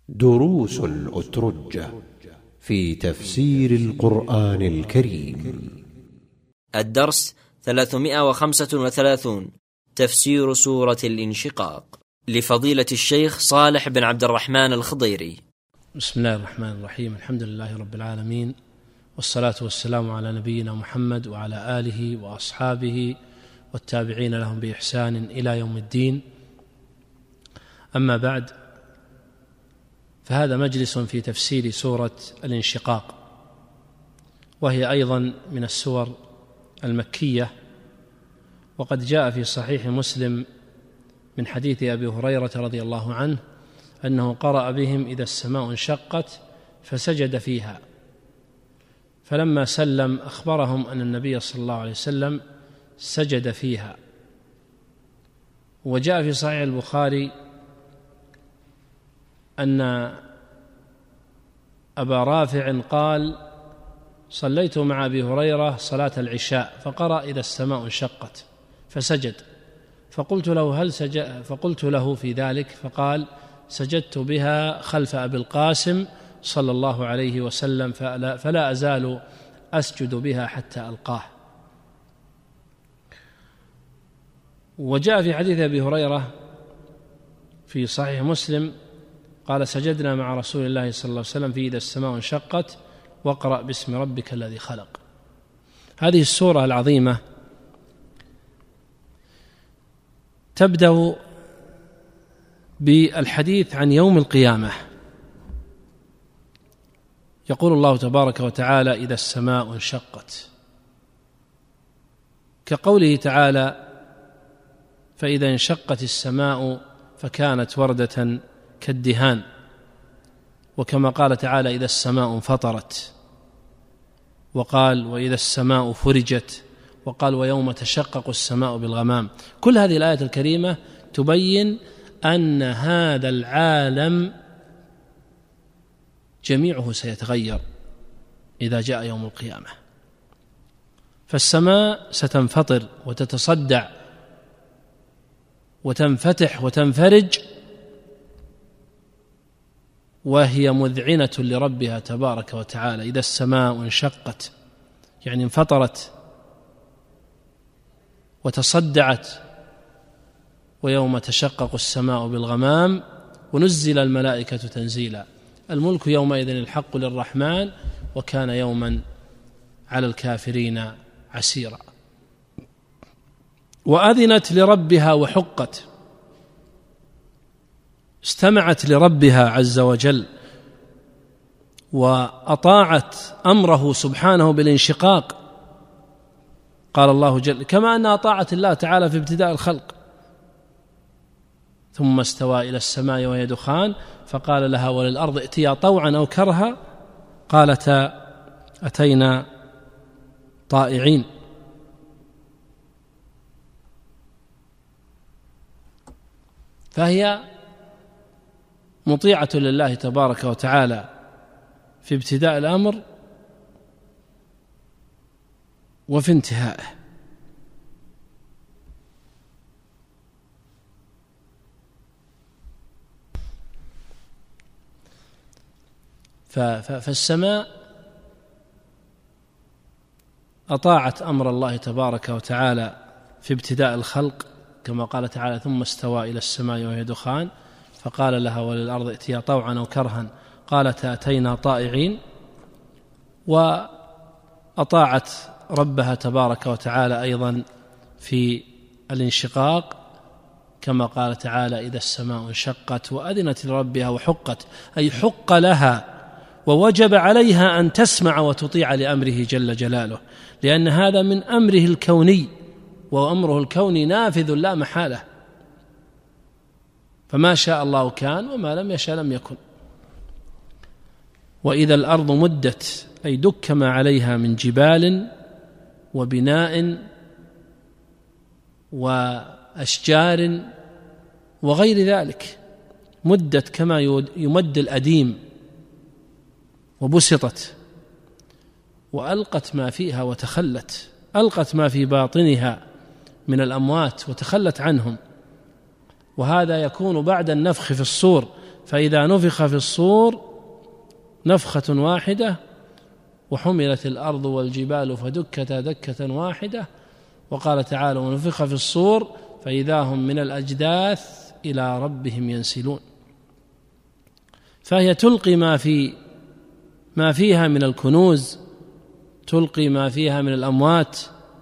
دروس الأترجة في تفسير القرآن الكريم. الدرس 335 تفسير سورة الانشقاق لفضيلة الشيخ صالح بن عبد الرحمن الخضيري. بسم الله الرحمن الرحيم. الحمد لله رب العالمين، والصلاة والسلام على نبينا محمد وعلى آله وأصحابه والتابعين لهم بإحسان إلى يوم الدين. أما بعد، فهذا مجلس في تفسير سورة الانشقاق، وهي أيضا من السور المكية، وقد جاء في صحيح مسلم من حديث أبي هريرة رضي الله عنه أنه قرأ بهم إذا السماء انشقت فسجد فيها، فلما سلم أخبرهم أن النبي صلى الله عليه وسلم سجد فيها. وجاء في صحيح البخاري أن أبا رافع قال: صليت مع أبي هريرة صلاة العشاء فقرأ إذا السماء انشقت فسجد، فقلت له هل سجد؟ فقلت له في ذلك فقال: سجدت بها خلف أبي القاسم صلى الله عليه وسلم فلا أزال أسجد بها حتى ألقاه. وجاء في حديث أبي هريرة في صحيح مسلم قال: سجدنا مع رسول الله صلى الله عليه وسلم في إذا السماء انشقت واقرأ باسم ربك الذي خلق. هذه السورة العظيمة تبدأ بالحديث عن يوم القيامة. يقول الله تبارك وتعالى: إذا السماء انشقت، كقوله تعالى: فإذا انشقت السماء فكانت وردة كالدهان، وكما قال تعالى: إذا السماء انفطرت، وقال: وإذا السماء فرجت، وقال: ويوم تشقق السماء بالغمام. كل هذه الآيات الكريمة تبين أن هذا العالم جميعه سيتغير إذا جاء يوم القيامة، فالسماء ستنفطر وتتصدع وتنفتح وتنفرج، وهي مذعنة لربها تبارك وتعالى. إذا السماء انشقت يعني انفطرت وتصدعت. ويوم تشقق السماء بالغمام ونزل الملائكة تنزيلا. الملك يومئذ الحق للرحمن وكان يوما على الكافرين عسيرا. وأذنت لربها وحقت، استمعت لربها عز وجل وأطاعت أمره سبحانه بالانشقاق. قال الله جل: كما أن أطاعت الله تعالى في ابتداء الخلق، ثم استوى إلى السماء وهي دخان فقال لها وللأرض ائتيا طوعا أو كرها قالتا أتينا طائعين. فهي مطيعة لله تبارك وتعالى في ابتداء الأمر وفي انتهائه. فالسماء أطاعت أمر الله تبارك وتعالى في ابتداء الخلق، كما قال تعالى: ثم استوى إلى السماء وهي دخان فقال لها وللأرض ائتيا طوعا أو كرها قالتا أتينا طائعين. وأطاعت ربها تبارك وتعالى أيضا في الانشقاق، كما قال تعالى: إذا السماء انشقت وأذنت لربها وحقت، أي حق لها ووجب عليها أن تسمع وتطيع لأمره جل جلاله، لأن هذا من أمره الكوني، وأمره الكوني نافذ لا محالة، فما شاء الله كان وما لم يشاء لم يكن. وإذا الأرض مدت، أي دك ما عليها من جبال وبناء وأشجار وغير ذلك، مدت كما يمد الأديم وبسطت، وألقت ما فيها وتخلت، ألقت ما في باطنها من الأموات وتخلت عنهم. وهذا يكون بعد النفخ في الصور، فإذا نفخ في الصور نفخة واحدة وحملت الأرض والجبال فدكتا دكة واحدة. وقال تعالى ونفخ في الصور فإذا هم من الأجداث إلى ربهم ينسلون. فهي تلقي ما فيها من الكنوز، تلقي ما فيها من الأموات.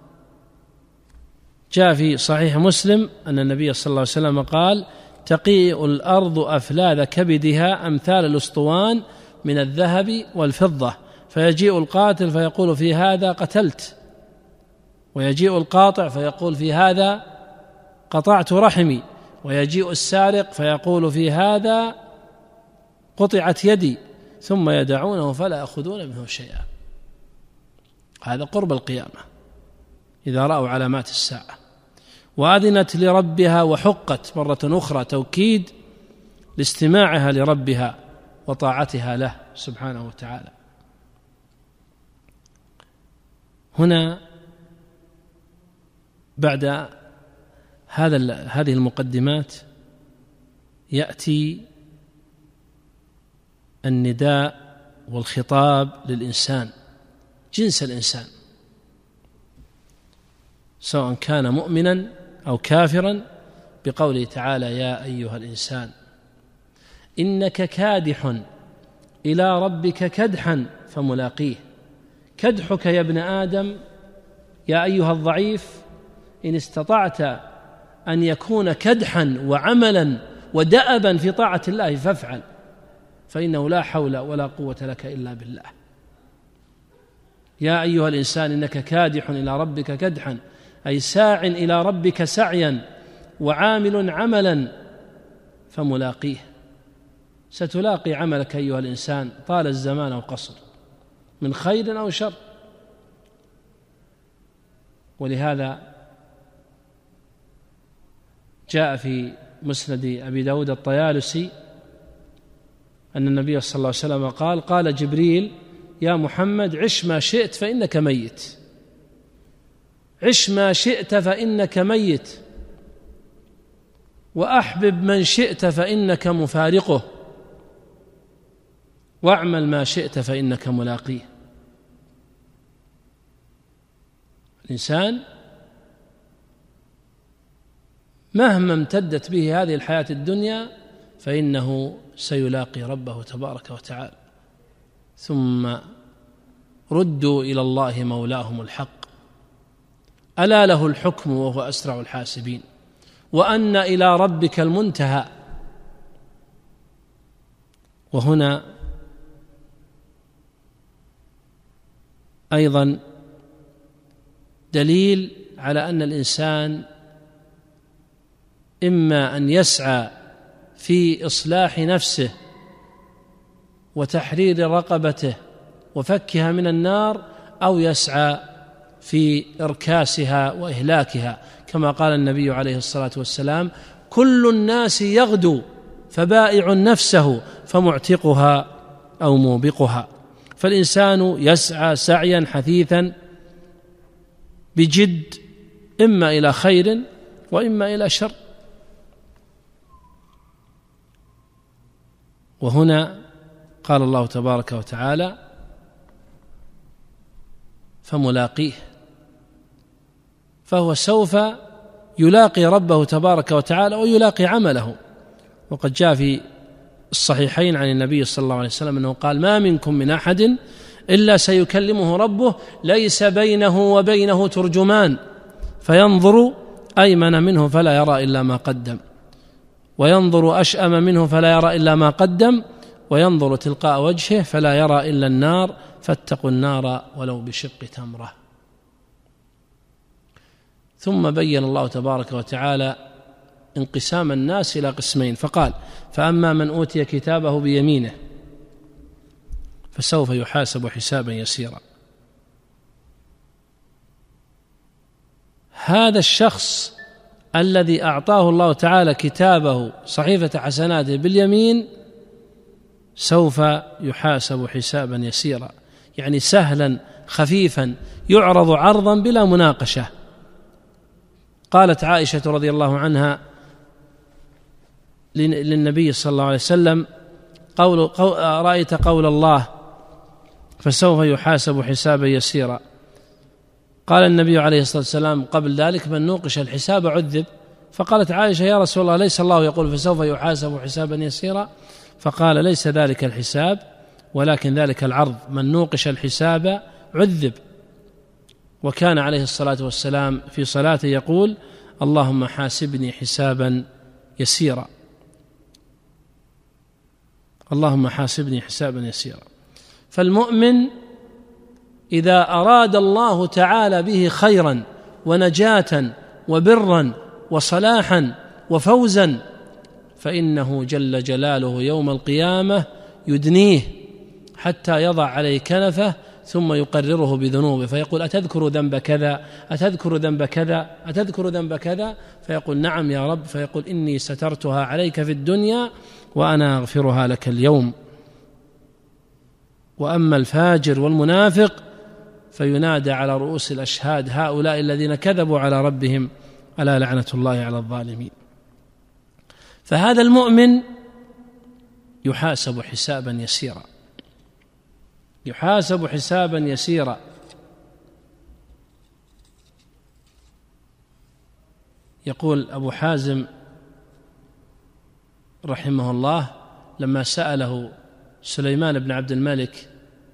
جاء في صحيح مسلم أن النبي صلى الله عليه وسلم قال تقيء الأرض أفلاذ كبدها أمثال الأسطوان من الذهب والفضة، فيجيء القاتل فيقول في هذا قتلت، ويجيء القاطع فيقول في هذا قطعت رحمي، ويجيء السارق فيقول في هذا قطعت يدي، ثم يدعونه فلا يأخذون منه شيئا. هذا قرب القيامة إذا رأوا علامات الساعة. وأذنت لربها وحقت، مرة أخرى توكيد لاستماعها لربها وطاعتها له سبحانه وتعالى. هنا بعد هذه المقدمات يأتي النداء والخطاب للإنسان، جنس الإنسان، سواء كان مؤمنا أو كافرا، بقوله تعالى يا أيها الإنسان إنك كادح إلى ربك كدحا فملاقيه. كدحك يا ابن آدم يا أيها الضعيف إن استطعت أن يكون كدحا وعملا ودأبا في طاعة الله فافعل، فإنه لا حول ولا قوة لك إلا بالله. يا أيها الإنسان إنك كادح إلى ربك كدحا، أي ساع إلى ربك سعيا وعامل عملا فملاقيه. ستلاقي عملك أيها الإنسان طال الزمان أو قصر، من خير أو شر. ولهذا جاء في مسند أبي داود الطيالسي أن النبي صلى الله عليه وسلم قال جبريل يا محمد عش ما شئت فإنك ميت، عش ما شئت فإنك ميت، وأحبب من شئت فإنك مفارقه، واعمل ما شئت فإنك ملاقيه. الإنسان مهما امتدت به هذه الحياة الدنيا فإنه سيلاقي ربه تبارك وتعالى. ثم ردوا إلى الله مولاهم الحق ألا له الحكم وهو أسرع الحاسبين وأن إلى ربك المنتهى. وهنا أيضا دليل على أن الإنسان إما أن يسعى في إصلاح نفسه وتحرير رقبته وفكها من النار، أو يسعى في إركاسها وإهلاكها، كما قال النبي عليه الصلاة والسلام كل الناس يغدو فبائع نفسه فمعتقها أو موبقها. فالإنسان يسعى سعيا حثيثا بجد، إما إلى خير وإما إلى شر. وهنا قال الله تبارك وتعالى فملاقيه، فهو سوف يلاقي ربه تبارك وتعالى ويلاقي عمله. وقد جاء في الصحيحين عن النبي صلى الله عليه وسلم أنه قال ما منكم من أحد إلا سيكلمه ربه ليس بينه وبينه ترجمان، فينظر أيمن منه فلا يرى إلا ما قدم، وينظر أشأم منه فلا يرى إلا ما قدم، وينظر تلقاء وجهه فلا يرى إلا النار، فاتقوا النار ولو بشق تمرة. ثم بين الله تبارك وتعالى انقسام الناس إلى قسمين، فقال فأما من أوتي كتابه بيمينه فسوف يحاسب حسابا يسيرا. هذا الشخص الذي أعطاه الله تعالى كتابه صحيفة حسناته باليمين سوف يحاسب حسابا يسيرا، يعني سهلا خفيفا يعرض عرضا بلا مناقشة. قالت عائشة رضي الله عنها للنبي صلى الله عليه وسلم رأيت قول الله فسوف يحاسب حسابا يسيرا. قال النبي عليه الصلاة والسلام قبل ذلك من نوقش الحساب عذب. فقالت عائشة يا رسول الله ليس الله يقول فسوف يحاسب حسابا يسيرا؟ فقال ليس ذلك الحساب ولكن ذلك العرض، من نوقش الحساب عذب. وكان عليه الصلاة والسلام في صلاته يقول اللهم حاسبني حسابا يسيرا، اللهم حاسبني حسابا يسيرا. فالمؤمن إذا أراد الله تعالى به خيرا ونجاة وبرا وصلاحا وفوزا فإنه جل جلاله يوم القيامة يدنيه حتى يضع عليه كنفه ثم يقرره بذنوبه، فيقول أتذكر ذنب كذا، أتذكر ذنب كذا، أتذكر ذنب كذا؟ فيقول نعم يا رب، فيقول إني سترتها عليك في الدنيا وأنا أغفرها لك اليوم. وأما الفاجر والمنافق فينادى على رؤوس الأشهاد هؤلاء الذين كذبوا على ربهم ألا لعنة الله على الظالمين. فهذا المؤمن يحاسب حسابا يسيرا، يحاسب حسابا يسيرا. يقول أبو حازم رحمه الله لما سأله سليمان بن عبد الملك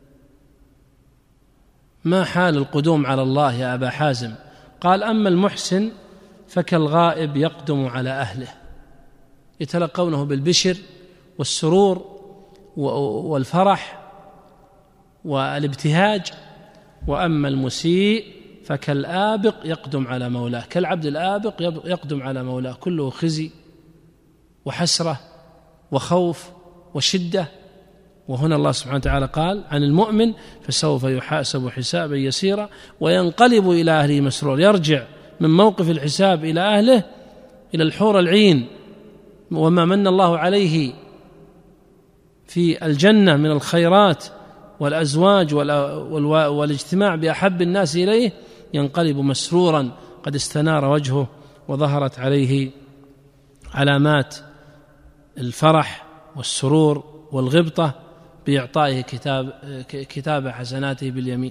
ما حال القدوم على الله يا أبا حازم؟ قال أما المحسن فكالغائب يقدم على أهله، يتلقونه بالبشر والسرور والفرح والابتهاج. وأما المسيء فكالآبق يقدم على مولاه، كالعبد الآبق يقدم على مولاه، كله خزي وحسرة وخوف وشدة. وهنا الله سبحانه وتعالى قال عن المؤمن فسوف يحاسب حسابا يسيرا وينقلب إلى أهله مسرور، يرجع من موقف الحساب إلى أهله إلى الحور العين وما من الله عليه في الجنة من الخيرات والأزواج والاجتماع بأحب الناس إليه، ينقلب مسرورا قد استنار وجهه وظهرت عليه علامات الفرح والسرور والغبطة بإعطائه كتاب حسناته باليمين.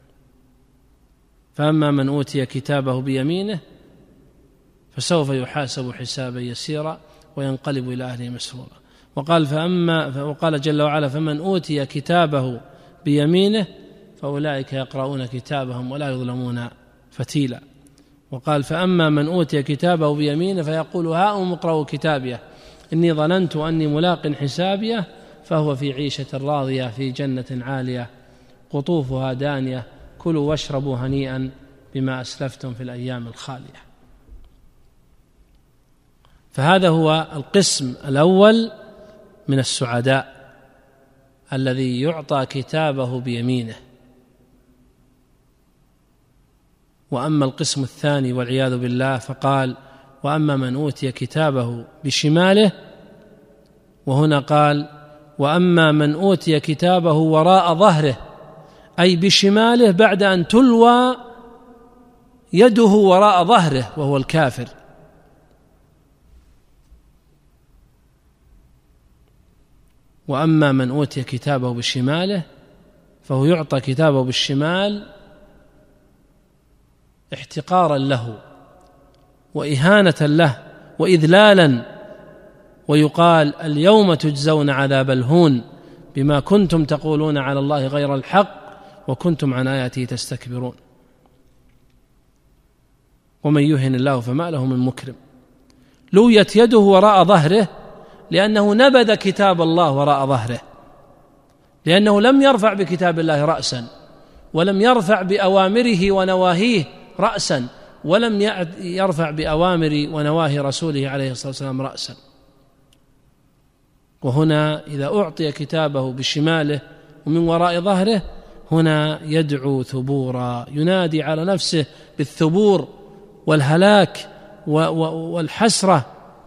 فأما من أوتي كتابه بيمينه فسوف يحاسب حسابا يسيرا وينقلب إلى أهله مسرورا. وقال جل وعلا فمن أوتي كتابه بيمينه فأولئك يقرؤون كتابهم ولا يظلمون فتيلا. وقال فأما من أوتي كتابه بيمينه فيقول هاؤم اقرؤوا كتابيه إني ظننت أني ملاق حسابيه فهو في عيشة راضية في جنة عالية قطوفها دانية كلوا واشربوا هنيئا بما أسلفتم في الأيام الخالية. فهذا هو القسم الأول من السعداء الذي يعطى كتابه بيمينه. وأما القسم الثاني والعياذ بالله فقال وأما من أوتي كتابه بشماله، وهنا قال وأما من أوتي كتابه وراء ظهره، أي بشماله بعد أن تلوى يده وراء ظهره وهو الكافر. وأما من أوتي كتابه بشماله فهو يعطى كتابه بالشمال احتقارا له وإهانة له وإذلالا، ويقال اليوم تجزون عذاب الهون بما كنتم تقولون على الله غير الحق وكنتم عن آياته تستكبرون. ومن يهن الله فما له من مكرم. لويت يده وراء ظهره لأنه نبذ كتاب الله وراء ظهره، لأنه لم يرفع بكتاب الله رأسا ولم يرفع بأوامره ونواهيه رأسا ولم يرفع بأوامر ونواهي رسوله عليه الصلاة والسلام رأسا. وهنا إذا أعطي كتابه بشماله ومن وراء ظهره هنا يدعو ثبورا، ينادي على نفسه بالثبور والهلاك والحسرة،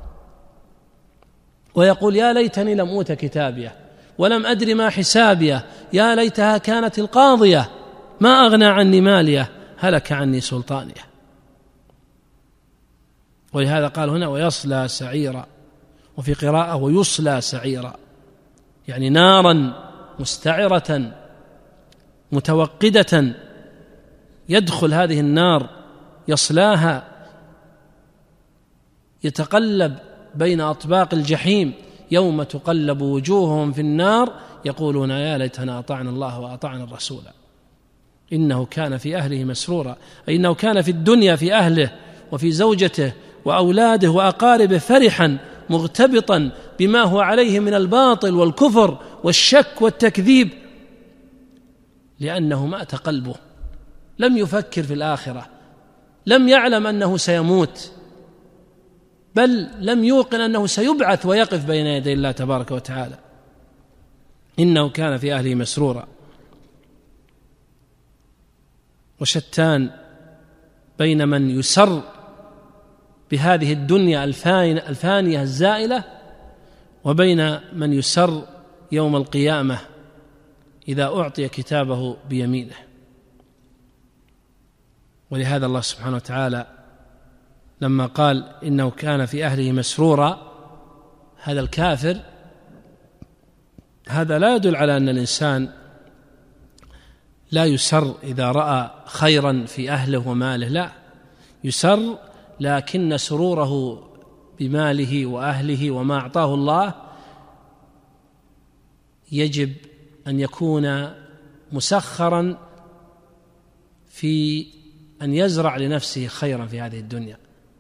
ويقول يا ليتني لم أوت كتابيه ولم أدر ما حسابيه، يا ليتها كانت القاضية ما أغنى عني ماليه هلك عني سلطانيه. ولهذا قال هنا ويصلى سعيرا. وفي قراءة ويصلى سعيرا، يعني نارا مستعرة متوقدة يدخل هذه النار يصلاها، يتقلب بين أطباق الجحيم يوم تقلب وجوههم في النار يقولون يا ليتنا أطعنا الله وأطعنا الرسول إنه كان في أهله مسرورا، أي إنه كان في الدنيا في أهله وفي زوجته وأولاده وأقاربه فرحا مغتبطا بما هو عليه من الباطل والكفر والشك والتكذيب، لأنه مات قلبه، لم يفكر في الآخرة، لم يعلم أنه سيموت، بل لم يوقن أنه سيبعث ويقف بين يدي الله تبارك وتعالى. إنه كان في أهله مسرورا. وشتان بين من يسر بهذه الدنيا الفانية الزائلة وبين من يسر يوم القيامة إذا أعطي كتابه بيمينه. ولهذا الله سبحانه وتعالى لما قال إنه كان في أهله مسرورا، هذا الكافر، هذا لا يدل على أن الإنسان لا يسر إذا رأى خيرا في أهله وماله، لا، يسر، لكن سروره بماله وأهله وما أعطاه الله يجب أن يكون مسخرا في أن يزرع لنفسه خيرا في هذه الدنيا.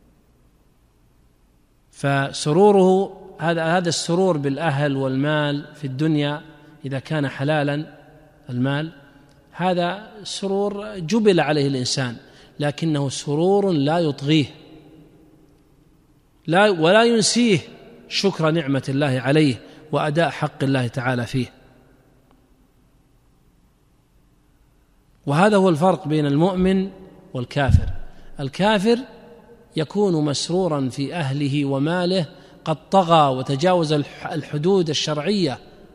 فسروره هذا السرور بالأهل والمال في الدنيا إذا كان حلالا المال، هذا سرور جبل عليه الإنسان، لكنه سرور لا يطغيه ولا ينسيه شكر نعمة الله عليه وأداء حق الله تعالى فيه. وهذا هو الفرق بين المؤمن والكافر. الكافر يكون مسرورا في أهله وماله قد طغى وتجاوز الحدود الشرعية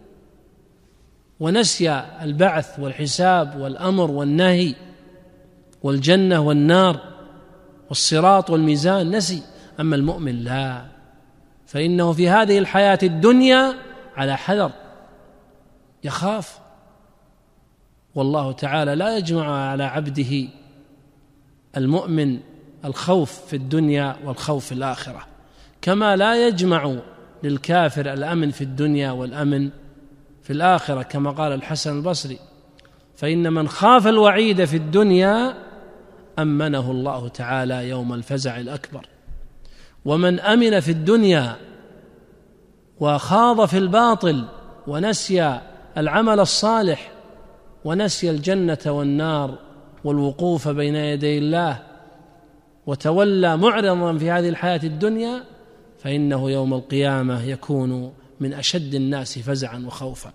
ونسي البعث والحساب والأمر والنهي والجنة والنار والصراط والميزان، نسي. أما المؤمن لا، فإنه في هذه الحياة الدنيا على حذر، يخاف، والله تعالى لا يجمع على عبده المؤمن الخوف في الدنيا والخوف في الآخرة، كما لا يجمع للكافر الأمن في الدنيا والأمن في الآخرة، كما قال الحسن البصري: فإن من خاف الوعيد في الدنيا أمنه الله تعالى يوم الفزع الأكبر، ومن أمن في الدنيا وخاض في الباطل ونسي العمل الصالح ونسي الجنة والنار والوقوف بين يدي الله وتولى معرضا في هذه الحياة الدنيا، فإنه يوم القيامة يكون من أشد الناس فزعا وخوفا.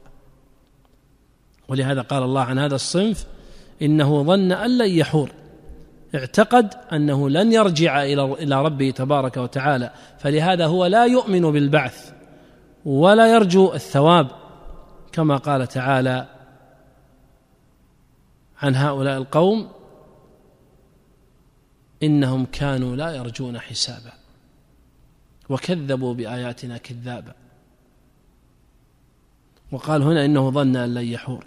ولهذا قال الله عن هذا الصنف: إنه ظن أن لن يحور، اعتقد أنه لن يرجع إلى ربه تبارك وتعالى، فلهذا هو لا يؤمن بالبعث ولا يرجو الثواب، كما قال تعالى عن هؤلاء القوم: إنهم كانوا لا يرجون حسابا وكذبوا بآياتنا كذابا. وقال هنا إنه ظن أن لن يحور.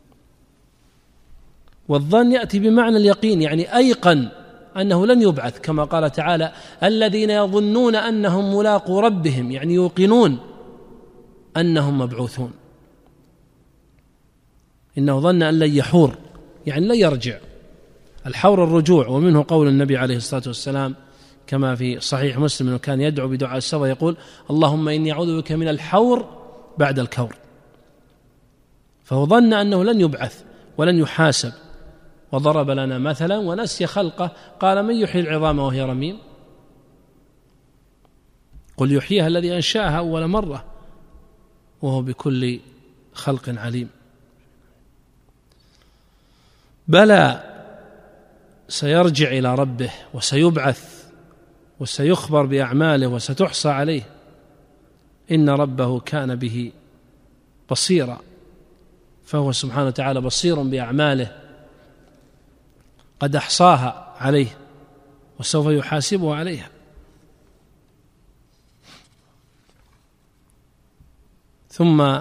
والظن يأتي بمعنى اليقين، يعني أيقن أنه لن يبعث، كما قال تعالى: الذين يظنون أنهم ملاقو ربهم، يعني يوقنون أنهم مبعوثون. إنه ظن أن لن يحور، يعني لن يرجع. الحور الرجوع، ومنه قول النبي عليه الصلاة والسلام كما في صحيح مسلم أنه كان يدعو بدعاء السفر يقول: اللهم إني أعوذ بك من الحور بعد الكور. فهو ظن أنه لن يبعث ولن يحاسب. وضرب لنا مثلا ونسي خلقه، قال: من يحيي العظام وهي رميم؟ قل يحييها الذي أنشأها أول مرة وهو بكل خلق عليم. بلى، سيرجع إلى ربه وسيبعث وسيخبر بأعماله وستحصى عليه. إن ربه كان به بصيرا، فهو سبحانه وتعالى بصير بأعماله، قد أحصاها عليه وسوف يحاسبه عليها. ثم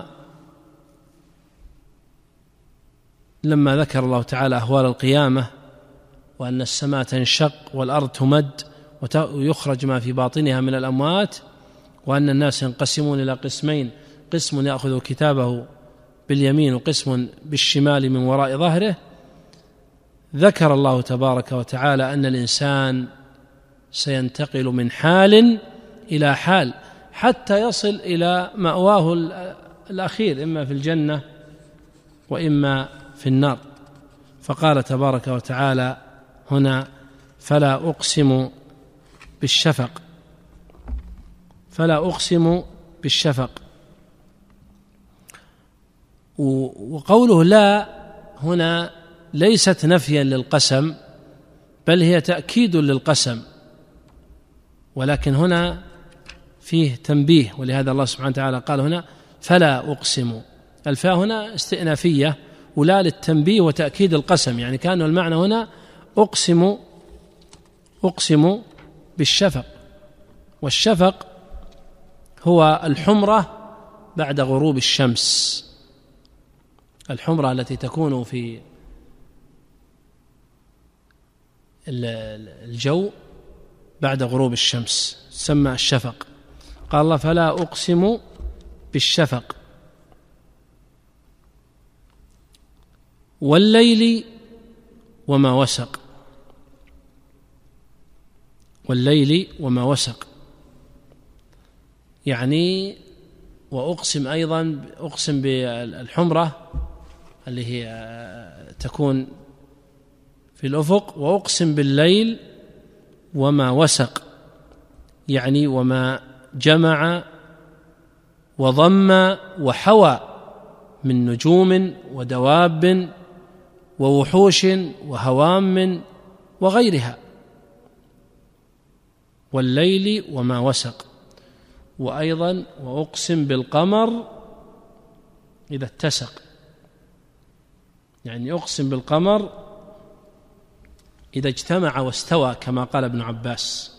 لما ذكر الله تعالى أهوال القيامة وأن السماء تنشق والأرض تمد ويخرج ما في باطنها من الأموات، وأن الناس ينقسمون إلى قسمين، قسم يأخذ كتابه باليمين وقسم بالشمال من وراء ظهره، ذكر الله تبارك وتعالى أن الإنسان سينتقل من حال إلى حال حتى يصل إلى مأواه الأخير، إما في الجنة وإما في النار. فقال تبارك وتعالى هنا: فلا أقسم بالشفق، فلا أقسم بالشفق. وقوله لا هنا ليست نفيا للقسم، بل هي تأكيد للقسم، ولكن هنا فيه تنبيه، ولهذا الله سبحانه وتعالى قال هنا فلا أقسم. الفاء هنا استئنافية ولا للتنبيه وتأكيد القسم، يعني كان المعنى هنا أقسم بالشفق. والشفق هو الحمرة بعد غروب الشمس، الحمرة التي تكون في الجو بعد غروب الشمس تسمى الشفق. قال الله فلا أقسم بالشفق والليل وما وسق، والليل وما وسق، يعني وأقسم أيضا أقسم بالحمرة اللي هي تكون في الأفق، وأقسم بالليل وما وسق، يعني وما جمع وضم وحوى من نجوم ودواب ووحوش وهوام وغيرها، والليل وما وسق. وأيضا وأقسم بالقمر إذا اتسق، يعني أقسم بالقمر إذا اجتمع واستوى كما قال ابن عباس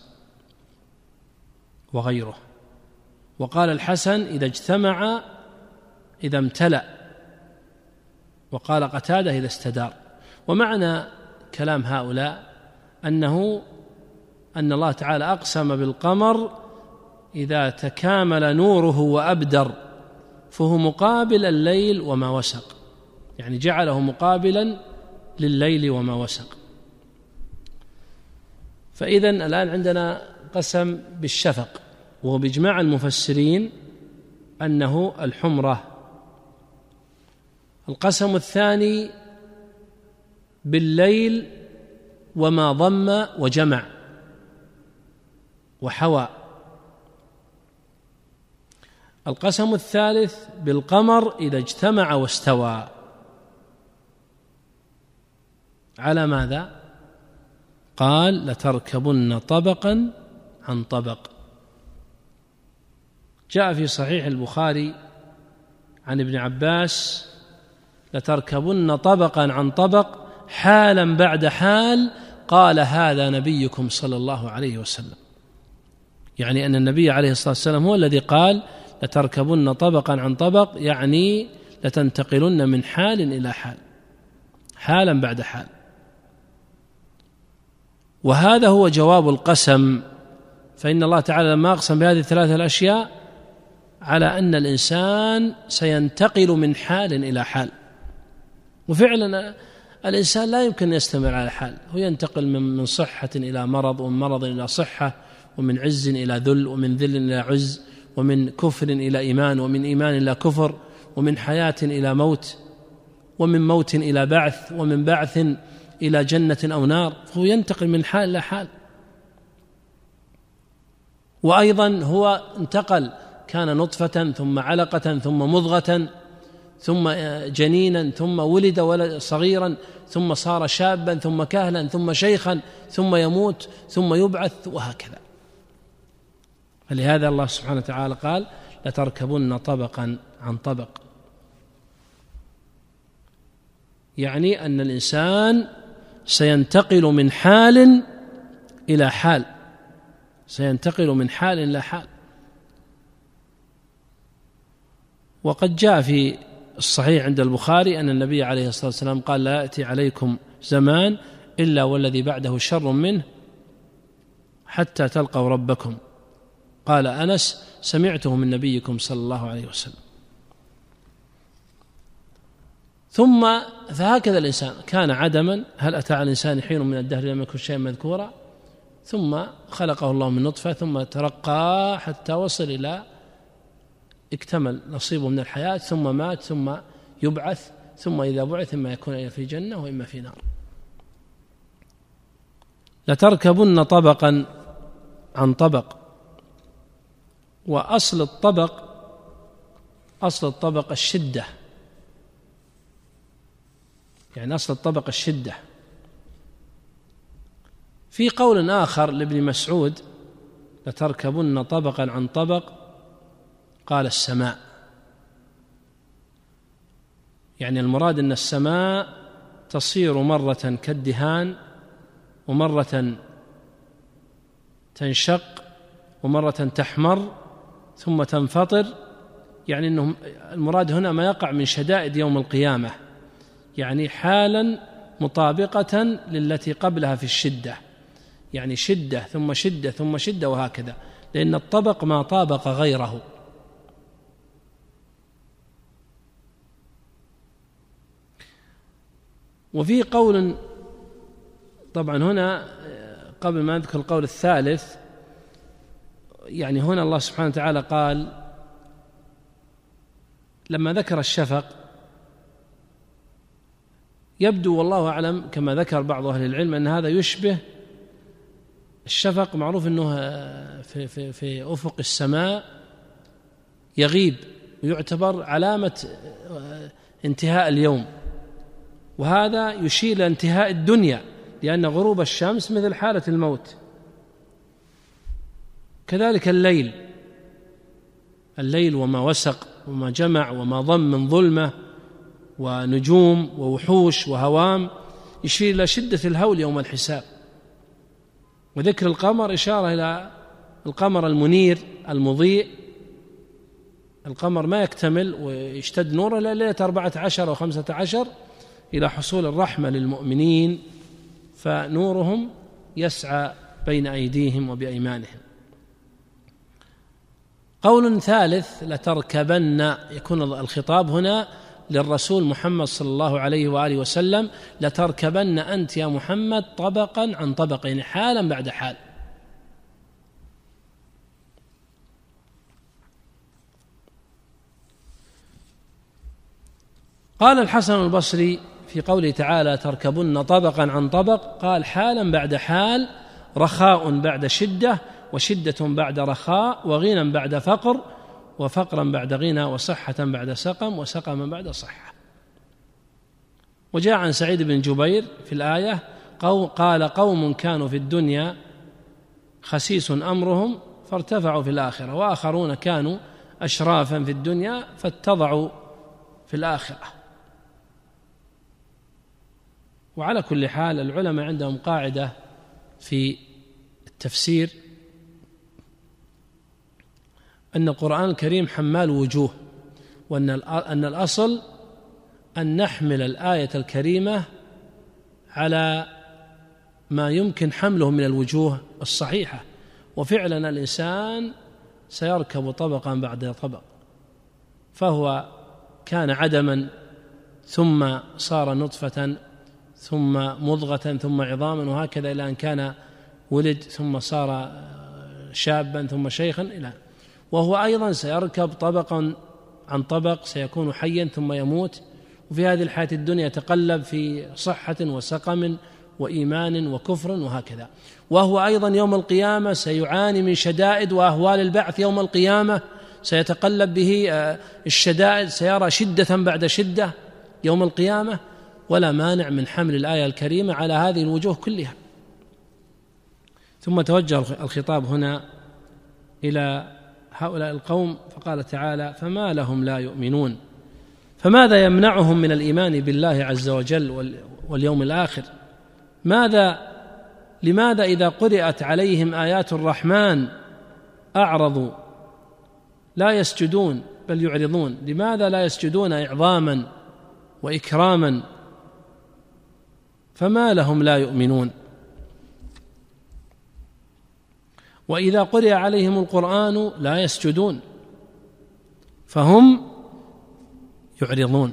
وغيره. وقال الحسن إذا اجتمع إذا امتلأ، وقال قتادة إذا استدار. ومعنى كلام هؤلاء أن الله تعالى أقسم بالقمر إذا تكامل نوره وأبدر، فهو مقابل الليل وما وسق، يعني جعله مقابلا لليل وما وسق. فإذن الآن عندنا قسم بالشفق، وهو بإجماع المفسرين أنه الحمرة. القسم الثاني بالليل وما ضم وجمع وحوى. القسم الثالث بالقمر إذا اجتمع واستوى. على ماذا؟ قال لتركبن طبقا عن طبق. جاء في صحيح البخاري عن ابن عباس لتركبن طبقا عن طبق حالا بعد حال، قال هذا نبيكم صلى الله عليه وسلم، يعني أن النبي عليه الصلاة والسلام هو الذي قال لتركبن طبقا عن طبق، يعني لتنتقلن من حال إلى حال، حالا بعد حال. وهذا هو جواب القسم. فإن الله تعالى لما أقسم بهذه الثلاثة الأشياء على أن الإنسان سينتقل من حال إلى حال، وفعلا الإنسان لا يمكن أن يستمر على حال، هو ينتقل من صحة إلى مرض، ومن مرض إلى صحة، ومن عز إلى ذل، ومن ذل إلى عز، ومن كفر إلى إيمان، ومن إيمان إلى كفر، ومن حياة إلى موت، ومن موت إلى بعث، ومن بعث إلى جنة أو نار، فهو ينتقل من حال إلى حال. وأيضا هو انتقل، كان نطفة ثم علقة ثم مضغة ثم جنينا ثم ولد صغيرا ثم صار شابا ثم كهلا ثم شيخا ثم يموت ثم يبعث، وهكذا. فلهذا الله سبحانه وتعالى قال لتركبن طبقا عن طبق، يعني أن الإنسان سينتقل من حال إلى حال، سينتقل من حال إلى حال. وقد جاء في الصحيح عند البخاري أن النبي عليه الصلاة والسلام قال: لا يأتي عليكم زمان إلا والذي بعده شر منه حتى تلقوا ربكم. قال أنس: سمعته من نبيكم صلى الله عليه وسلم. ثم فهكذا الإنسان كان عدما، هل أتى على الإنسان حين من الدهر لم يكن شيئا مذكورا، ثم خلقه الله من نطفة، ثم ترقى حتى وصل إلى اكتمل نصيبه من الحياة، ثم مات، ثم يبعث، ثم إذا بعث إما يكون في جنة وإما في نار. لتركبن طبقا عن طبق. وأصل الطبق الشدة، يعني أصل الطبق الشدة. في قول آخر لابن مسعود: لتركبن طبقا عن طبق، قال السماء، يعني المراد أن السماء تصير مرة كالدهان، ومرة تنشق، ومرة تحمر، ثم تنفطر. يعني أنه المراد هنا ما يقع من شدائد يوم القيامة، يعني حالا مطابقة للتي قبلها في الشدة، يعني شدة ثم شدة ثم شدة وهكذا، لأن الطبق ما طابق غيره. وفي قول، طبعا هنا قبل ما أذكر القول الثالث، يعني هنا الله سبحانه وتعالى قال لما ذكر الشفق، يبدو والله أعلم كما ذكر بعض أهل العلم أن هذا يشبه الشفق، معروف أنه في أفق السماء يغيب ويعتبر علامة انتهاء اليوم، وهذا يشير إلى انتهاء الدنيا، لأن غروب الشمس مثل حالة الموت. كذلك الليل وما وسق وما جمع وما ضم من ظلمة ونجوم ووحوش وهوام يشير إلى شدة الهول يوم الحساب. وذكر القمر إشارة إلى القمر المنير المضيء. القمر ما يكتمل ويشتد نوره إلى ليلة 14 أو 15 إلى حصول الرحمة للمؤمنين، فنورهم يسعى بين أيديهم وبأيمانهم. قول ثالث: لتركبن، يكون الخطاب هنا للرسول محمد صلى الله عليه وآله وسلم: لتركبن أنت يا محمد طبقا عن طبق، يعني حالا بعد حال. قال الحسن البصري في قوله تعالى: تركبن طبقا عن طبق، قال: حالا بعد حال، رخاء بعد شدة، وشدة بعد رخاء، وغنى بعد فقر، وفقرا بعد غنى، وصحة بعد سقم، وسقما بعد صحة. وجاء عن سعيد بن جبير في الآية قال: قوم كانوا في الدنيا خسيس أمرهم فارتفعوا في الآخرة، وآخرون كانوا أشرافا في الدنيا فاتضعوا في الآخرة. وعلى كل حال العلماء عندهم قاعدة في التفسير أن القرآن الكريم حمال وجوه، وأن الأصل أن نحمل الآية الكريمة على ما يمكن حمله من الوجوه الصحيحة. وفعلا الإنسان سيركب طبقا بعد طبق، فهو كان عدما ثم صار نطفة ثم مضغة ثم عظاما، وهكذا إلى أن كان ولد ثم صار شابا ثم شيخا، إلى وهو أيضا سيركب طبقا عن طبق، سيكون حيا ثم يموت، وفي هذه الحياة الدنيا يتقلب في صحة وسقم وإيمان وكفر وهكذا. وهو أيضا يوم القيامة سيعاني من شدائد وأهوال البعث يوم القيامة، سيتقلب به الشدائد، سيرى شدة بعد شدة يوم القيامة، ولا مانع من حمل الآية الكريمة على هذه الوجوه كلها. ثم توجه الخطاب هنا إلى هؤلاء القوم فقال تعالى: فما لهم لا يؤمنون، فماذا يمنعهم من الإيمان بالله عز وجل واليوم الآخر؟ لماذا إذا قرأت عليهم آيات الرحمن أعرضوا لا يسجدون بل يعرضون. لماذا لا يسجدون إعظاما وإكراما؟ فما لهم لا يؤمنون. وإذا قرئ عليهم القرآن لا يسجدون فهم يعرضون.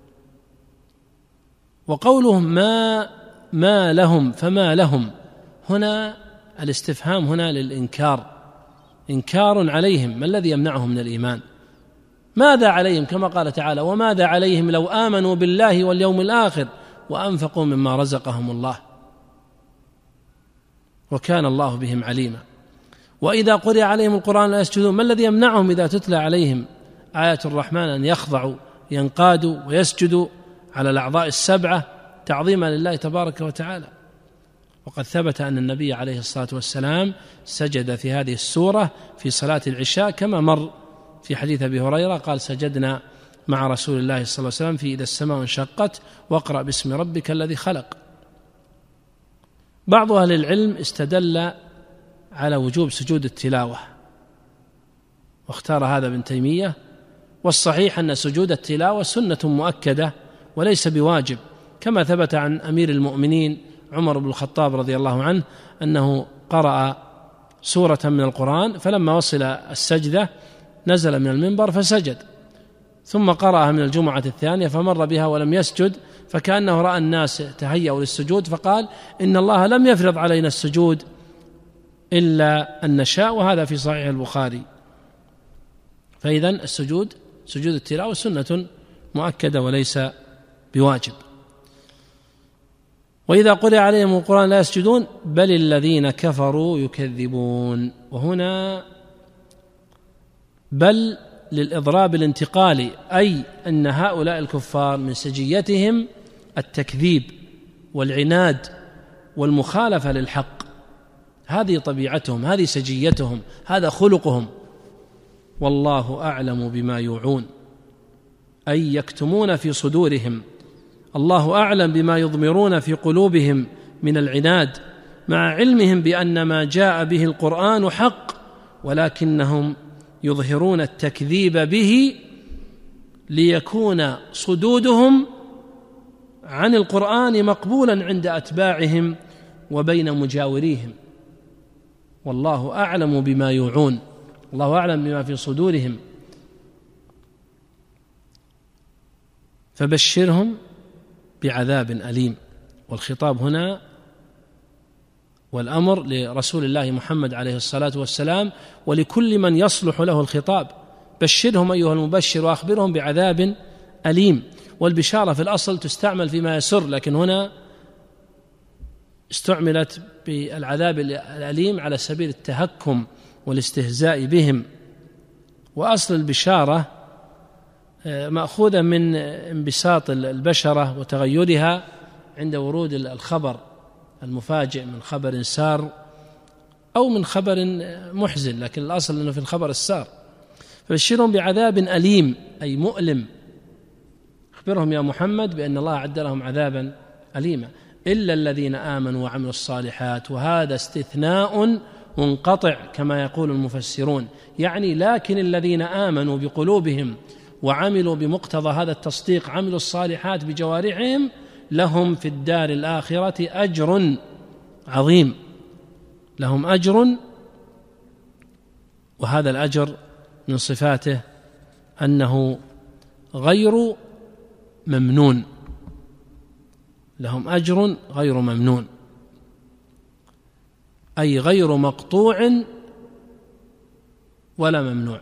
وقولهم ما لهم فما لهم، هنا الاستفهام هنا للإنكار، إنكار عليهم. ما الذي يمنعهم من الإيمان؟ ماذا عليهم؟ كما قال تعالى: وماذا عليهم لو آمنوا بالله واليوم الآخر وأنفقوا مما رزقهم الله وكان الله بهم عليما. وإذا قرئ عليهم القرآن لا يسجدون، ما الذي يمنعهم إذا تتلى عليهم آيات الرحمن أن يخضعوا ينقادوا ويسجدوا على الأعضاء السبعة تعظيما لله تبارك وتعالى؟ وقد ثبت أن النبي عليه الصلاة والسلام سجد في هذه السورة في صلاة العشاء، كما مر في حديث أبي هريرة قال: سجدنا مع رسول الله صلى الله عليه وسلم في إذا السماء انشقت واقرأ باسم ربك الذي خلق. بعض أهل العلم استدل على وجوب سجود التلاوة واختار هذا ابن تيمية، والصحيح أن سجود التلاوة سنة مؤكدة وليس بواجب، كما ثبت عن أمير المؤمنين عمر بن الخطاب رضي الله عنه أنه قرأ سورة من القرآن فلما وصل السجدة نزل من المنبر فسجد، ثم قرأها من الجمعة الثانية فمر بها ولم يسجد، فكأنه رأى الناس تهيأوا للسجود فقال: إن الله لم يفرض علينا السجود إلا أن نشاء، وهذا في صحيح البخاري. فإذن السجود سجود التلاوة سنة مؤكدة وليس بواجب. وإذا قرئ عليهم القرآن لا يسجدون بل الذين كفروا يكذبون. وهنا بل للإضراب الانتقالي، أي أن هؤلاء الكفار من سجيتهم التكذيب والعناد والمخالفة للحق، هذه طبيعتهم، هذه سجيتهم، هذا خلقهم. والله أعلم بما يوعون، أي يكتمون في صدورهم، الله أعلم بما يضمرون في قلوبهم من العناد، مع علمهم بأن ما جاء به القرآن حق، ولكنهم يظهرون التكذيب به ليكون صدودهم عن القرآن مقبولا عند أتباعهم وبين مجاوريهم. والله أعلم بما يوعون، الله أعلم بما في صدورهم. فبشرهم بعذاب أليم. والخطاب هنا والأمر لرسول الله محمد عليه الصلاة والسلام ولكل من يصلح له الخطاب: بشرهم أيها المبشر وأخبرهم بعذاب أليم. والبشارة في الأصل تستعمل فيما يسر، لكن هنا استعملت بالعذاب الأليم على سبيل التهكم والاستهزاء بهم. وأصل البشارة مأخوذة من انبساط البشرة وتغيرها عند ورود الخبر المفاجئ من خبر سار أو من خبر محزن، لكن الأصل أنه في الخبر السار. فبشرهم بعذاب أليم أي مؤلم، اخبرهم يا محمد بأن الله أعد لهم عذابا أليما إلا الذين آمنوا وعملوا الصالحات. وهذا استثناء منقطع كما يقول المفسرون، يعني لكن الذين آمنوا بقلوبهم وعملوا بمقتضى هذا التصديق، عملوا الصالحات بجوارحهم، لهم في الدار الآخرة أجر عظيم، لهم أجر. وهذا الأجر من صفاته أنه غير ممنون، لهم أجر غير ممنون، أي غير مقطوع ولا ممنوع.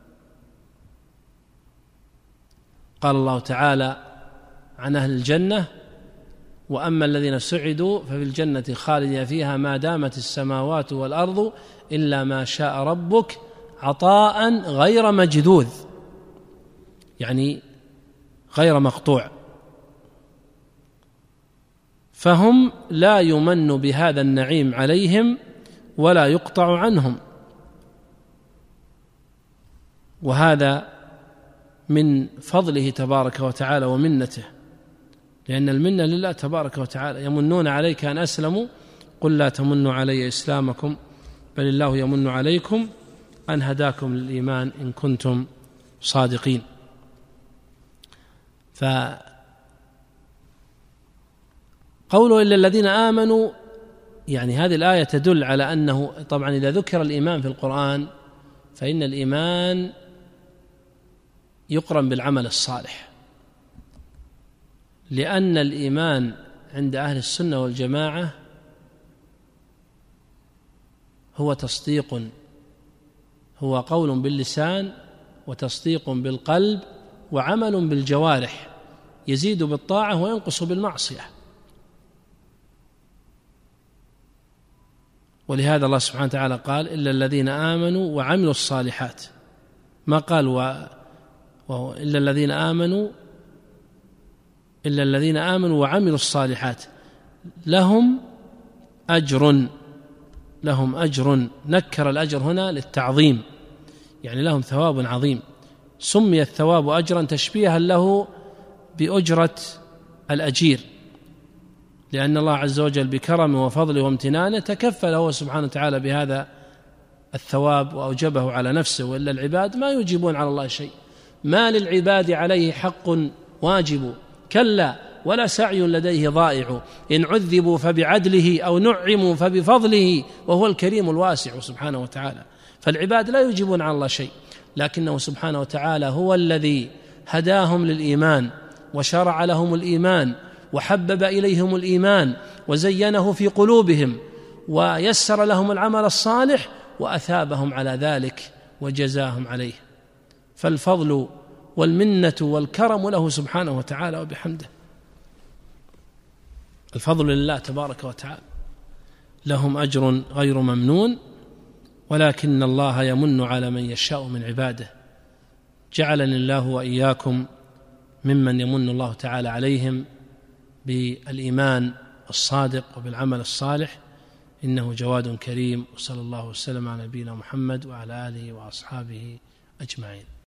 قال الله تعالى عن أهل الجنة: وأما الذين سعدوا ففي الجنة خالدين فيها ما دامت السماوات والأرض إلا ما شاء ربك عطاء غير مجذوذ، يعني غير مقطوع. فهم لا يمن بهذا النعيم عليهم ولا يقطع عنهم. وهذا من فضله تبارك وتعالى ومنته، لأن المنة لله تبارك وتعالى. يمنون عليك أن أسلموا قل لا تمنوا علي إسلامكم بل الله يمن عليكم أن هداكم للإيمان إن كنتم صادقين. فقوله إلا الذين آمنوا، يعني هذه الآية تدل على أنه طبعا إذا ذكر الإيمان في القرآن فإن الإيمان يقرن بالعمل الصالح، لأن الإيمان عند أهل السنة والجماعة هو تصديق، هو قول باللسان وتصديق بالقلب وعمل بالجوارح، يزيد بالطاعة وينقص بالمعصية. ولهذا الله سبحانه وتعالى قال إلا الذين آمنوا وعملوا الصالحات، ما قال إلا الذين آمنوا وعملوا الصالحات لهم أجر، نكر الأجر هنا للتعظيم، يعني لهم ثواب عظيم. سمي الثواب أجرا تشبيها له بأجرة الأجير، لأن الله عز وجل بكرمه وفضله وامتنانه تكفل هو سبحانه وتعالى بهذا الثواب وأوجبه على نفسه، وإلا العباد ما يوجبون على الله شيء، ما للعباد عليه حق واجب، كلا ولا سعي لديه ضائع، إن عذبوا فبعدله أو نعموا فبفضله وهو الكريم الواسع سبحانه وتعالى. فالعباد لا يوجبون على الله شيء، لكنه سبحانه وتعالى هو الذي هداهم للإيمان وشرع لهم الإيمان وحبب إليهم الإيمان وزينه في قلوبهم ويسر لهم العمل الصالح وأثابهم على ذلك وجزاهم عليه. فالفضل والمنة والكرم له سبحانه وتعالى وبحمده، الفضل لله تبارك وتعالى، لهم أجر غير ممنون، ولكن الله يمن على من يشاء من عباده. جعلني الله وإياكم ممن يمن الله تعالى عليهم بالإيمان الصادق وبالعمل الصالح، إنه جواد كريم. وصلى الله وسلم على نبينا محمد وعلى آله وأصحابه أجمعين.